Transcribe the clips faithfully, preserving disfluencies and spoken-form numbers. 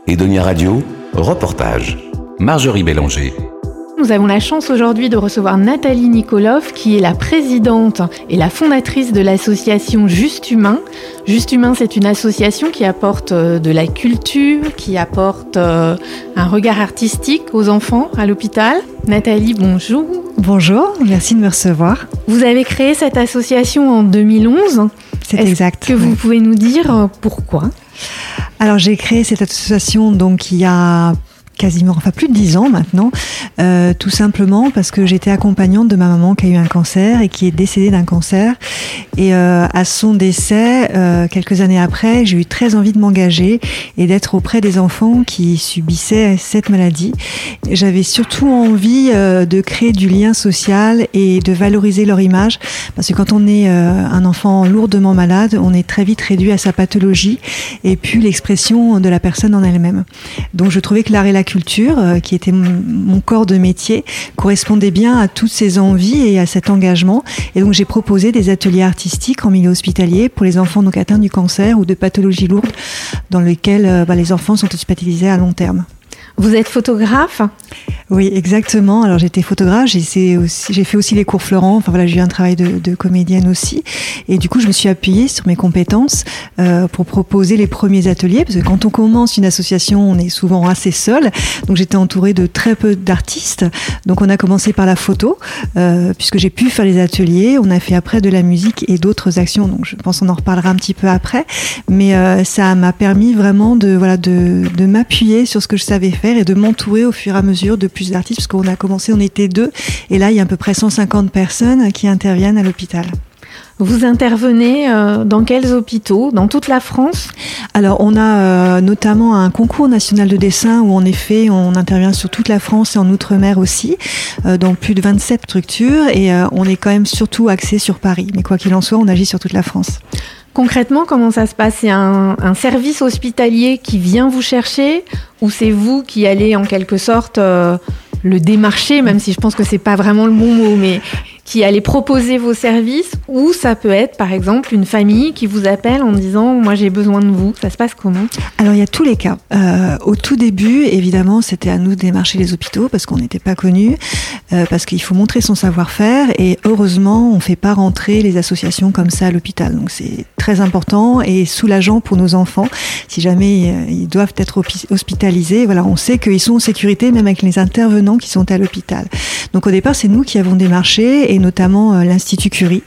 Edonia Radio, reportage. Marjorie Bélanger. Nous avons la chance aujourd'hui de recevoir Nathalie Nikolov, qui est la présidente et la fondatrice de l'association Juste Humain. Juste Humain, c'est une association qui apporte de la culture, qui apporte un regard artistique aux enfants à l'hôpital. Nathalie, bonjour. Bonjour, merci de me recevoir. Vous avez créé cette association en deux mille onze. C'est Est-ce exact. que vous pouvez nous dire pourquoi ? Alors j'ai créé cette association donc il y a quasiment, enfin plus de dix ans maintenant, euh, tout simplement parce que j'étais accompagnante de ma maman qui a eu un cancer et qui est décédée d'un cancer. Et euh, à son décès, euh, quelques années après, j'ai eu très envie de m'engager et d'être auprès des enfants qui subissaient cette maladie. J'avais surtout envie euh, de créer du lien social et de valoriser leur image, parce que quand on est euh, un enfant lourdement malade, on est très vite réduit à sa pathologie et puis l'expression de la personne en elle-même. Donc je trouvais que l'art et la culture, euh, qui était mon, mon corps de métier, correspondait bien à toutes ces envies et à cet engagement. Et donc j'ai proposé des ateliers artistiques en milieu hospitalier pour les enfants donc atteints du cancer ou de pathologies lourdes dans lesquelles euh, bah, les enfants sont hospitalisés à long terme. Vous êtes photographe ? Oui, exactement. Alors j'étais photographe, j'ai, aussi, j'ai fait aussi les cours Florent, enfin voilà, j'ai eu un travail de, de comédienne aussi. Et du coup, je me suis appuyée sur mes compétences euh, pour proposer les premiers ateliers, parce que quand on commence une association, on est souvent assez seul. Donc j'étais entourée de très peu d'artistes. Donc on a commencé par la photo, euh, puisque j'ai pu faire les ateliers. On a fait après de la musique et d'autres actions, donc je pense qu'on en reparlera un petit peu après. Mais euh, ça m'a permis vraiment de, voilà, de, de m'appuyer sur ce que je savais faire et de m'entourer au fur et à mesure de plus d'artistes, parce qu'on a commencé, on était deux, et là il y a à peu près cent cinquante personnes qui interviennent à l'hôpital. Vous intervenez euh, dans quels hôpitaux ? Dans toute la France ? Alors on a euh, notamment un concours national de dessin où en effet on intervient sur toute la France et en Outre-mer aussi, euh, dans plus de vingt-sept structures, et euh, on est quand même surtout axé sur Paris, mais quoi qu'il en soit on agit sur toute la France. Concrètement, comment ça se passe ? C'est un, un service hospitalier qui vient vous chercher, ou c'est vous qui allez en quelque sorte euh, le démarcher, même si je pense que c'est pas vraiment le bon mot, mais qui allez proposer vos services, ou ça peut être par exemple une famille qui vous appelle en disant « moi j'ai besoin de vous ». Ça se passe comment ? Alors il y a tous les cas. Euh, au tout début, évidemment, c'était à nous de démarcher les hôpitaux parce qu'on n'était pas connus, euh, parce qu'il faut montrer son savoir-faire, et heureusement, on ne fait pas rentrer les associations comme ça à l'hôpital. Donc c'est très important et soulageant pour nos enfants. Si jamais euh, ils doivent être hospitalisés, voilà, on sait qu'ils sont en sécurité même avec les intervenants qui sont à l'hôpital. Donc au départ, c'est nous qui avons démarché, et notamment euh, l'Institut Curie,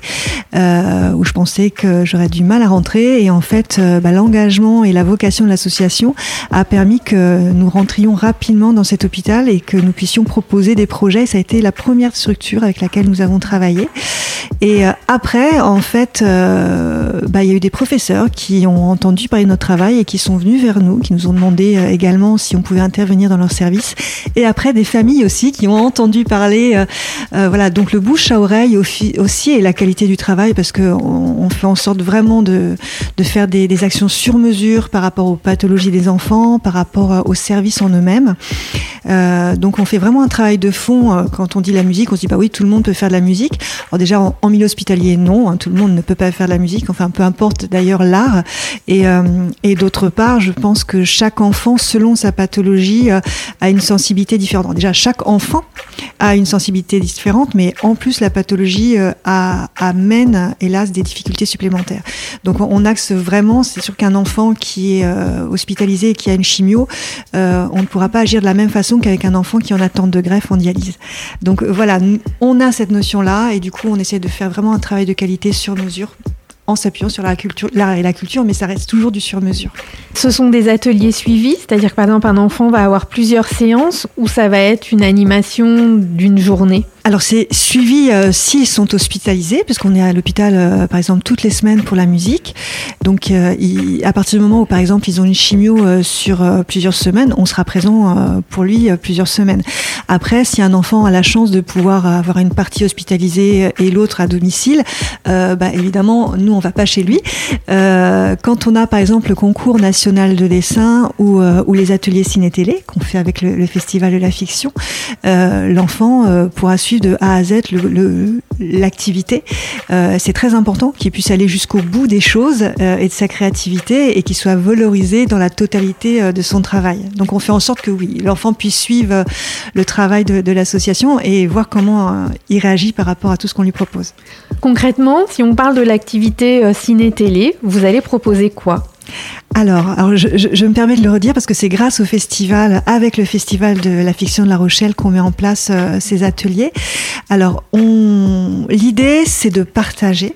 euh, où je pensais que j'aurais du mal à rentrer. Et en fait, euh, bah, l'engagement et la vocation de l'association a permis que nous rentrions rapidement dans cet hôpital et que nous puissions proposer des projets. Ça a été la première structure avec laquelle nous avons travaillé. Et euh, après, en fait, euh, bah, il y a eu des professeurs qui ont entendu parler de notre travail et qui sont venus vers nous, qui nous ont demandé euh, également si on pouvait intervenir dans leur service. Et après, des familles aussi qui ont entendu parler. Euh, euh, voilà, donc le bouche à oreille aussi, et la qualité du travail, parce que on, on fait en sorte vraiment de, de faire des, des actions sur mesure par rapport aux pathologies des enfants, par rapport aux services en eux-mêmes. Euh, donc on fait vraiment un travail de fond. Quand on dit la musique, on se dit bah oui, tout le monde peut faire de la musique. Alors déjà en, en milieu hospitalier, non, hein, tout le monde ne peut pas faire de la musique. Enfin, peu importe d'ailleurs l'art. Et, euh, et d'autre part, je pense que chaque enfant, selon sa pathologie, euh, a une sensibilité différente. Alors déjà, chaque enfant a une sensibilité différente, mais en plus la pathologie euh, a, amène hélas des difficultés supplémentaires. Donc on, on axe vraiment, c'est sûr qu'un enfant qui est euh, hospitalisé et qui a une chimio, euh, on ne pourra pas agir de la même façon qu'avec un enfant qui est en attente de greffe en dialyse. Donc voilà, on a cette notion-là, et du coup on essaie de faire vraiment un travail de qualité sur mesure, en s'appuyant sur la culture, l'art et la culture, mais ça reste toujours du sur-mesure. Ce sont des ateliers suivis, c'est-à-dire que par exemple un enfant va avoir plusieurs séances, ou ça va être une animation d'une journée ? Alors c'est suivi euh, s'ils sont hospitalisés, puisqu'on est à l'hôpital euh, par exemple toutes les semaines pour la musique. Donc euh, il, à partir du moment où par exemple ils ont une chimio euh, sur euh, plusieurs semaines, on sera présent euh, pour lui euh, plusieurs semaines. Après, si un enfant a la chance de pouvoir avoir une partie hospitalisée et l'autre à domicile, euh, bah, évidemment nous on va pas chez lui. Euh, quand on a par exemple le concours national de dessin ou, euh, ou les ateliers ciné-télé qu'on fait avec le, le festival de la fiction, euh, l'enfant euh, pourra suivre suivre de A à Z le, le, l'activité. Euh, c'est très important qu'il puisse aller jusqu'au bout des choses euh, et de sa créativité et qu'il soit valorisé dans la totalité euh, de son travail. Donc on fait en sorte que oui, l'enfant puisse suivre euh, le travail de, de l'association et voir comment euh, il réagit par rapport à tout ce qu'on lui propose. Concrètement, si on parle de l'activité euh, ciné-télé, vous allez proposer quoi ? Alors, alors je, je, je me permets de le redire parce que c'est grâce au festival, avec le festival de la fiction de La Rochelle, qu'on met en place euh, ces ateliers. Alors, on, l'idée, c'est de partager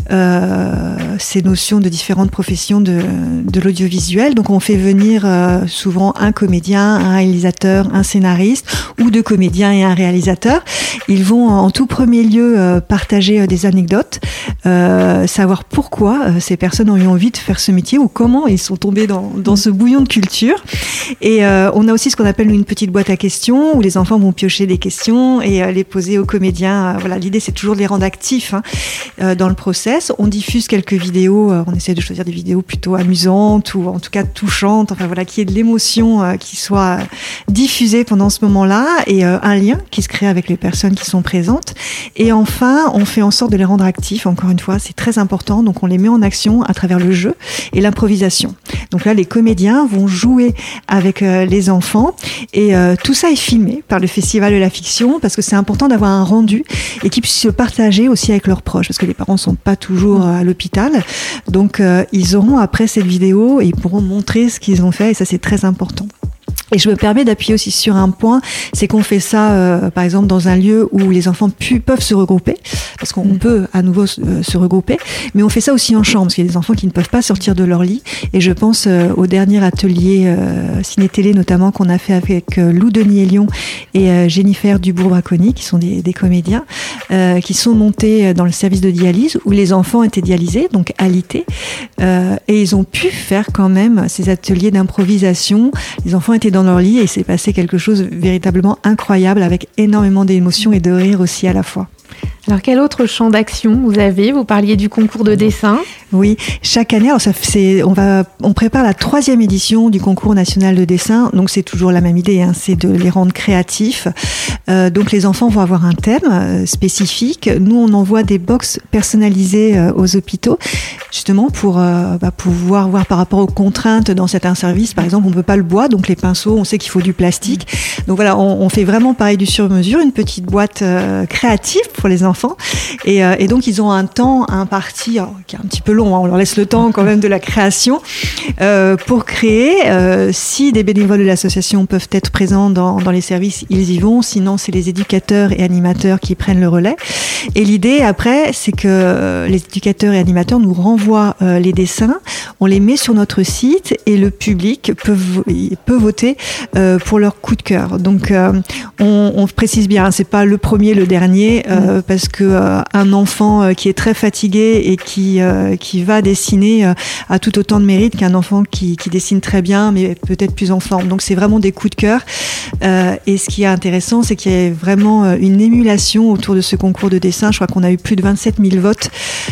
euh, ces notions de différentes professions de, de l'audiovisuel. Donc, on fait venir euh, souvent un comédien, un réalisateur, un scénariste, ou deux comédiens et un réalisateur. Ils vont en tout premier lieu euh, partager euh, des anecdotes, euh, savoir pourquoi euh, ces personnes ont eu envie de faire ce métier ou comment ils sont tombés dans, dans ce bouillon de culture. Et euh, on a aussi ce qu'on appelle une petite boîte à questions où les enfants vont piocher des questions et euh, les poser aux comédiens. Euh, voilà, l'idée, c'est toujours de les rendre actifs hein, euh, dans le process. On diffuse quelques vidéos. Euh, on essaie de choisir des vidéos plutôt amusantes ou en tout cas touchantes. Enfin voilà, qu'il y ait de l'émotion euh, qui soit diffusée pendant ce moment-là et euh, un lien qui se crée avec les personnes qui sont présentes. Et enfin, on fait en sorte de les rendre actifs. Encore une fois, c'est très important. Donc, on les met en action à travers le jeu et l'improvisation. Donc là, les comédiens vont jouer avec euh, les enfants et euh, tout ça est filmé par le Festival de la Fiction parce que c'est important d'avoir un rendu et qu'ils puissent se partager aussi avec leurs proches parce que les parents sont pas toujours à l'hôpital. Donc, euh, ils auront après cette vidéo et ils pourront montrer ce qu'ils ont fait et ça, c'est très important. Et je me permets d'appuyer aussi sur un point, c'est qu'on fait ça, euh, par exemple, dans un lieu où les enfants pu, peuvent se regrouper, parce qu'on mmh. peut à nouveau euh, se regrouper, mais on fait ça aussi en chambre, parce qu'il y a des enfants qui ne peuvent pas sortir de leur lit. Et je pense euh, au dernier atelier euh, ciné-télé, notamment, qu'on a fait avec euh, Lou Denis-Elion et euh, Jennifer Dubourg-Braconi, qui sont des, des comédiens, euh, qui sont montés dans le service de dialyse, où les enfants étaient dialysés, donc alités, euh, et ils ont pu faire quand même ces ateliers d'improvisation. Les enfants étaient dans leur lit et il s'est passé quelque chose de véritablement incroyable avec énormément d'émotions et de rire aussi à la fois. Alors, quel autre champ d'action vous avez ? Vous parliez du concours de dessin. Oui, chaque année, alors ça, c'est, on, va, on prépare la troisième édition du concours national de dessin. Donc, c'est toujours la même idée, hein, c'est de les rendre créatifs. Euh, donc, les enfants vont avoir un thème euh, spécifique. Nous, on envoie des box personnalisées euh, aux hôpitaux, justement pour euh, bah, pouvoir voir par rapport aux contraintes dans certains services. Par exemple, on ne peut pas le bois, donc les pinceaux, on sait qu'il faut du plastique. Donc, voilà, on, on fait vraiment pareil du sur-mesure, une petite boîte euh, créative pour les enfants. Et, euh, et donc, ils ont un temps imparti, alors, qui est un petit peu long, hein, on leur laisse le temps quand même de la création, euh, pour créer. Euh, si des bénévoles de l'association peuvent être présents dans, dans les services, ils y vont. Sinon, c'est les éducateurs et animateurs qui prennent le relais. Et l'idée, après, c'est que euh, les éducateurs et animateurs nous renvoient euh, les dessins, on les met sur notre site et le public peut, peut voter euh, pour leur coup de cœur. Donc, euh, on, on précise bien, hein, c'est pas le premier, le dernier, euh, parce que euh, un enfant euh, qui est très fatigué et qui euh, qui va dessiner euh, a tout autant de mérite qu'un enfant qui qui dessine très bien mais peut-être plus en forme. Donc c'est vraiment des coups de cœur. Euh, et ce qui est intéressant, c'est qu'il y a vraiment une émulation autour de ce concours de dessin. Je crois qu'on a eu plus de vingt-sept mille votes,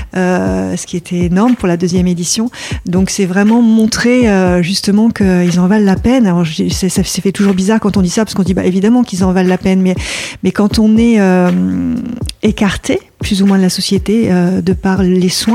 euh, ce qui était énorme pour la deuxième édition. Donc c'est vraiment montrer euh, justement qu'ils en valent la peine. Alors je, ça, ça fait toujours bizarre quand on dit ça parce qu'on dit bah évidemment qu'ils en valent la peine, mais mais quand on est euh, écarté plus ou moins de la société euh, de par les soins,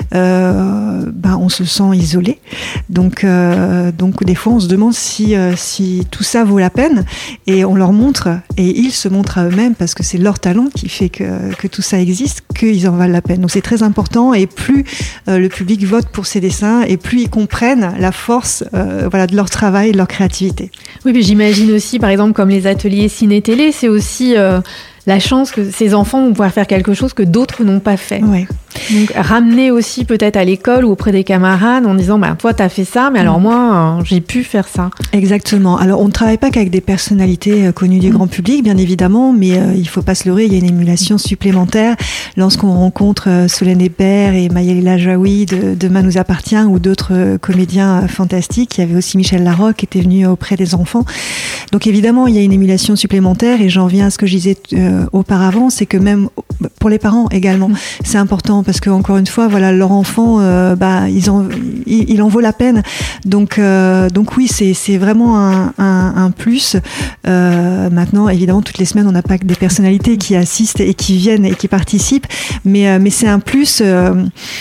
euh, ben on se sent isolé. Donc euh, donc des fois on se demande si euh, si tout ça vaut la peine et on leur montre et ils se montrent à eux-mêmes parce que c'est leur talent qui fait que que tout ça existe, qu'ils en valent la peine. Donc c'est très important et plus euh, le public vote pour ces dessins et plus ils comprennent la force euh, voilà de leur travail et de leur créativité. Oui, mais j'imagine aussi par exemple comme les ateliers ciné-télé, c'est aussi euh, la chance que ces enfants vont pouvoir faire quelque chose que d'autres n'ont pas fait. Ouais. Donc, ramener aussi peut-être à l'école ou auprès des camarades en disant bah, « toi, t'as fait ça, mais alors moi, euh, j'ai pu faire ça ». Exactement. Alors, on ne travaille pas qu'avec des personnalités euh, connues du mmh. grand public, bien évidemment, mais euh, il ne faut pas se leurrer, il y a une émulation supplémentaire. Lorsqu'on rencontre euh, Solène Hébert et Maïla Jaoui de Demain nous appartient ou d'autres euh, comédiens euh, fantastiques, il y avait aussi Michel Larocque qui était venu auprès des enfants. Donc évidemment, il y a une émulation supplémentaire et j'en viens à ce que je disais euh, auparavant, c'est que même pour les parents également, mmh. c'est important parce que encore une fois, voilà, leur enfant, euh, bah, ils en, il, il en vaut la peine. Donc, euh, donc oui, c'est, c'est vraiment un, un, un plus. Euh, maintenant, évidemment, toutes les semaines, on n'a pas que des personnalités qui assistent et qui viennent et qui participent, mais, euh, mais c'est un plus euh,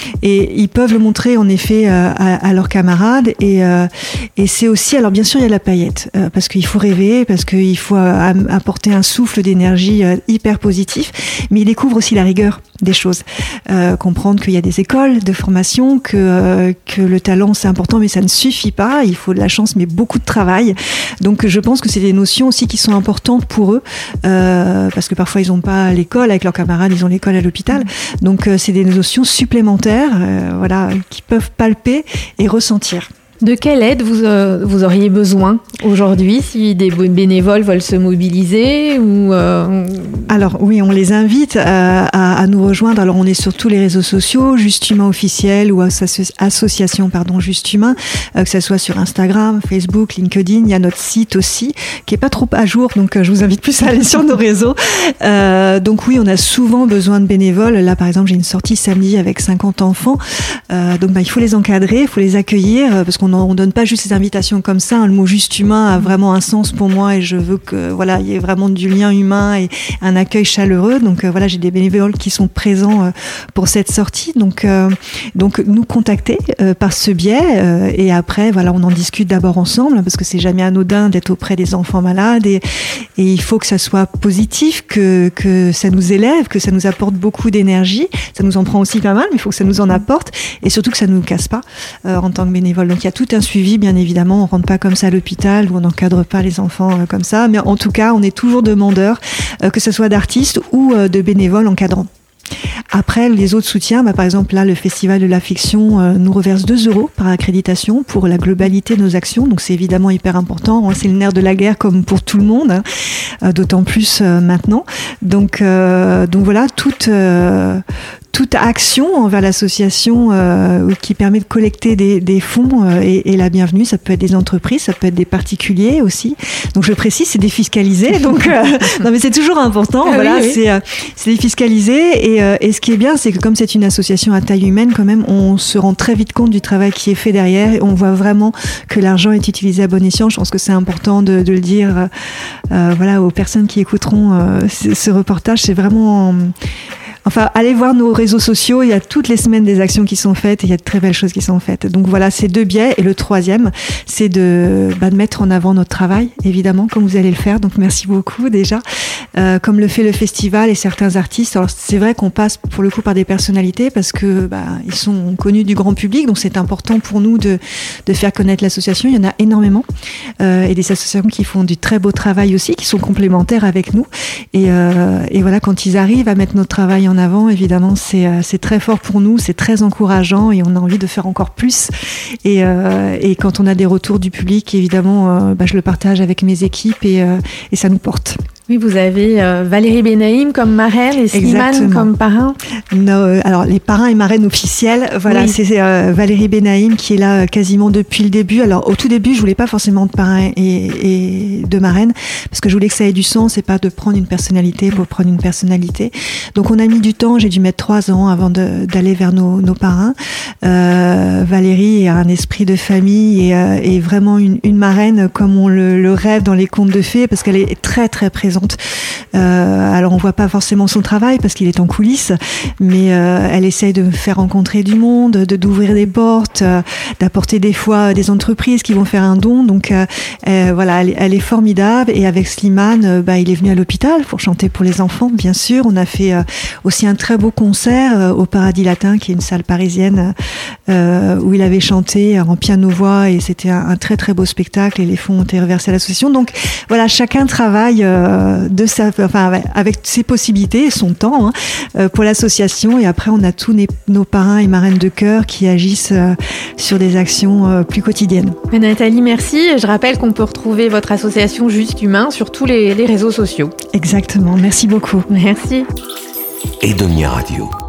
et ils peuvent le montrer en effet euh, à, à leurs camarades et, euh, et c'est aussi, alors bien sûr, il y a la paillette euh, parce qu'il faut rêver, parce qu'il faut euh, apporter un souffle d'énergie euh, hyper positif, mais ils découvrent aussi la rigueur des choses, euh, comprendre qu'il y a des écoles de formation, que, euh, que le talent c'est important mais ça ne suffit pas, il faut de la chance mais beaucoup de travail. Donc je pense que c'est des notions aussi qui sont importantes pour eux euh, parce que parfois ils n'ont pas l'école avec leurs camarades, ils ont l'école à l'hôpital. Donc euh, c'est des notions supplémentaires euh, voilà, qui peuvent palper et ressentir. De quelle aide vous, euh, vous auriez besoin aujourd'hui si des bénévoles veulent se mobiliser ou euh... Alors oui, on les invite à, à, à nous rejoindre. Alors on est sur tous les réseaux sociaux, Juste Humain officiel ou asso- association pardon Juste Humain, euh, que ça soit sur Instagram, Facebook, LinkedIn. Il y a notre site aussi qui est pas trop à jour, donc euh, je vous invite plus à aller sur nos réseaux. Euh, donc oui, on a souvent besoin de bénévoles. Là par exemple, j'ai une sortie samedi avec cinquante enfants. Euh, donc bah, il faut les encadrer, il faut les accueillir euh, parce qu'on on ne donne pas juste ces invitations comme ça. Hein. Le mot juste humain a vraiment un sens pour moi et je veux que voilà, il y ait vraiment du lien humain et un accueil chaleureux. Donc euh, voilà, j'ai des bénévoles qui sont présents euh, pour cette sortie. Donc euh, donc nous contacter euh, par ce biais euh, et après voilà, on en discute d'abord ensemble parce que c'est jamais anodin d'être auprès des enfants malades et et il faut que ça soit positif, que que ça nous élève, que ça nous apporte beaucoup d'énergie. Ça nous en prend aussi pas mal, mais il faut que ça nous en apporte et surtout que ça nous casse pas euh, en tant que bénévole. Donc il y a tout un suivi, bien évidemment. On rentre pas comme ça à l'hôpital où on n'encadre pas les enfants euh, comme ça. Mais en tout cas, on est toujours demandeur, euh, que ce soit d'artistes ou euh, de bénévoles encadrants. Après, les autres soutiens, bah, par exemple, là, le Festival de la Fiction euh, nous reverse deux euros par accréditation pour la globalité de nos actions. Donc, c'est évidemment hyper important. Hein, c'est le nerf de la guerre comme pour tout le monde, hein, euh, d'autant plus euh, maintenant. Donc, euh, donc voilà, toute... Euh, toute action envers l'association euh, qui permet de collecter des, des fonds euh, est, est la bienvenue. Ça peut être des entreprises, ça peut être des particuliers aussi. Donc je précise, c'est défiscalisé. Donc euh, non, mais c'est toujours important. Ah, voilà, oui, oui. c'est euh, c'est défiscalisé. Et, euh, et ce qui est bien, c'est que comme c'est une association à taille humaine, quand même, on se rend très vite compte du travail qui est fait derrière. Et on voit vraiment que l'argent est utilisé à bon escient. Je pense que c'est important de, de le dire. Euh, voilà, aux personnes qui écouteront euh, ce, ce reportage, c'est vraiment. Euh, Enfin, allez voir nos réseaux sociaux, il y a toutes les semaines des actions qui sont faites et il y a de très belles choses qui sont faites. Donc voilà, c'est deux biais. Et le troisième, c'est de, bah, de mettre en avant notre travail, évidemment, comme vous allez le faire. Donc merci beaucoup déjà. Euh, comme le fait le festival et certains artistes. Alors c'est vrai qu'on passe pour le coup par des personnalités parce que bah, ils sont connus du grand public. Donc c'est important pour nous de, de faire connaître l'association. Il y en a énormément. Euh, et des associations qui font du très beau travail aussi, qui sont complémentaires avec nous. Et, euh, et voilà, quand ils arrivent à mettre notre travail en avant, évidemment, c'est, c'est très fort pour nous, c'est très encourageant et on a envie de faire encore plus. Et, euh, et quand on a des retours du public, évidemment, euh, bah, je le partage avec mes équipes et, euh, et ça nous porte. Oui, vous avez euh, Valérie Benaïm comme marraine et Slimane comme parrain. No, euh, alors, les parrains et marraines officiels, voilà, oui. c'est euh, Valérie Benaïm qui est là euh, quasiment depuis le début. Alors, au tout début, je voulais pas forcément de parrain et, et de marraine parce que je voulais que ça ait du sens et pas de prendre une personnalité pour prendre une personnalité. Donc, on a mis du temps. J'ai dû mettre trois ans avant de, d'aller vers nos, nos parrains. Euh, Valérie a un esprit de famille et, euh, et vraiment une, une marraine comme on le, le rêve dans les contes de fées parce qu'elle est très, très présente. Euh, alors on voit pas forcément son travail parce qu'il est en coulisses, mais euh, elle essaye de faire rencontrer du monde, de d'ouvrir des portes, euh, d'apporter des fois des entreprises qui vont faire un don. Donc euh, euh, voilà, elle, elle est formidable. Et avec Slimane, euh, bah, il est venu à l'hôpital pour chanter pour les enfants, bien sûr. On a fait euh, aussi un très beau concert euh, au Paradis Latin, qui est une salle parisienne euh, où il avait chanté en piano-voix et c'était un, un très très beau spectacle. Et les fonds ont été reversés à l'association. Donc voilà, chacun travaille. Euh, de sa, enfin, avec ses possibilités et son temps hein, pour l'association. Et après, on a tous les, nos parrains et marraines de cœur qui agissent euh, sur des actions euh, plus quotidiennes. Nathalie, merci. Je rappelle qu'on peut retrouver votre association Juste Humain sur tous les, les réseaux sociaux. Exactement. Merci beaucoup. Merci. Edonia Radio.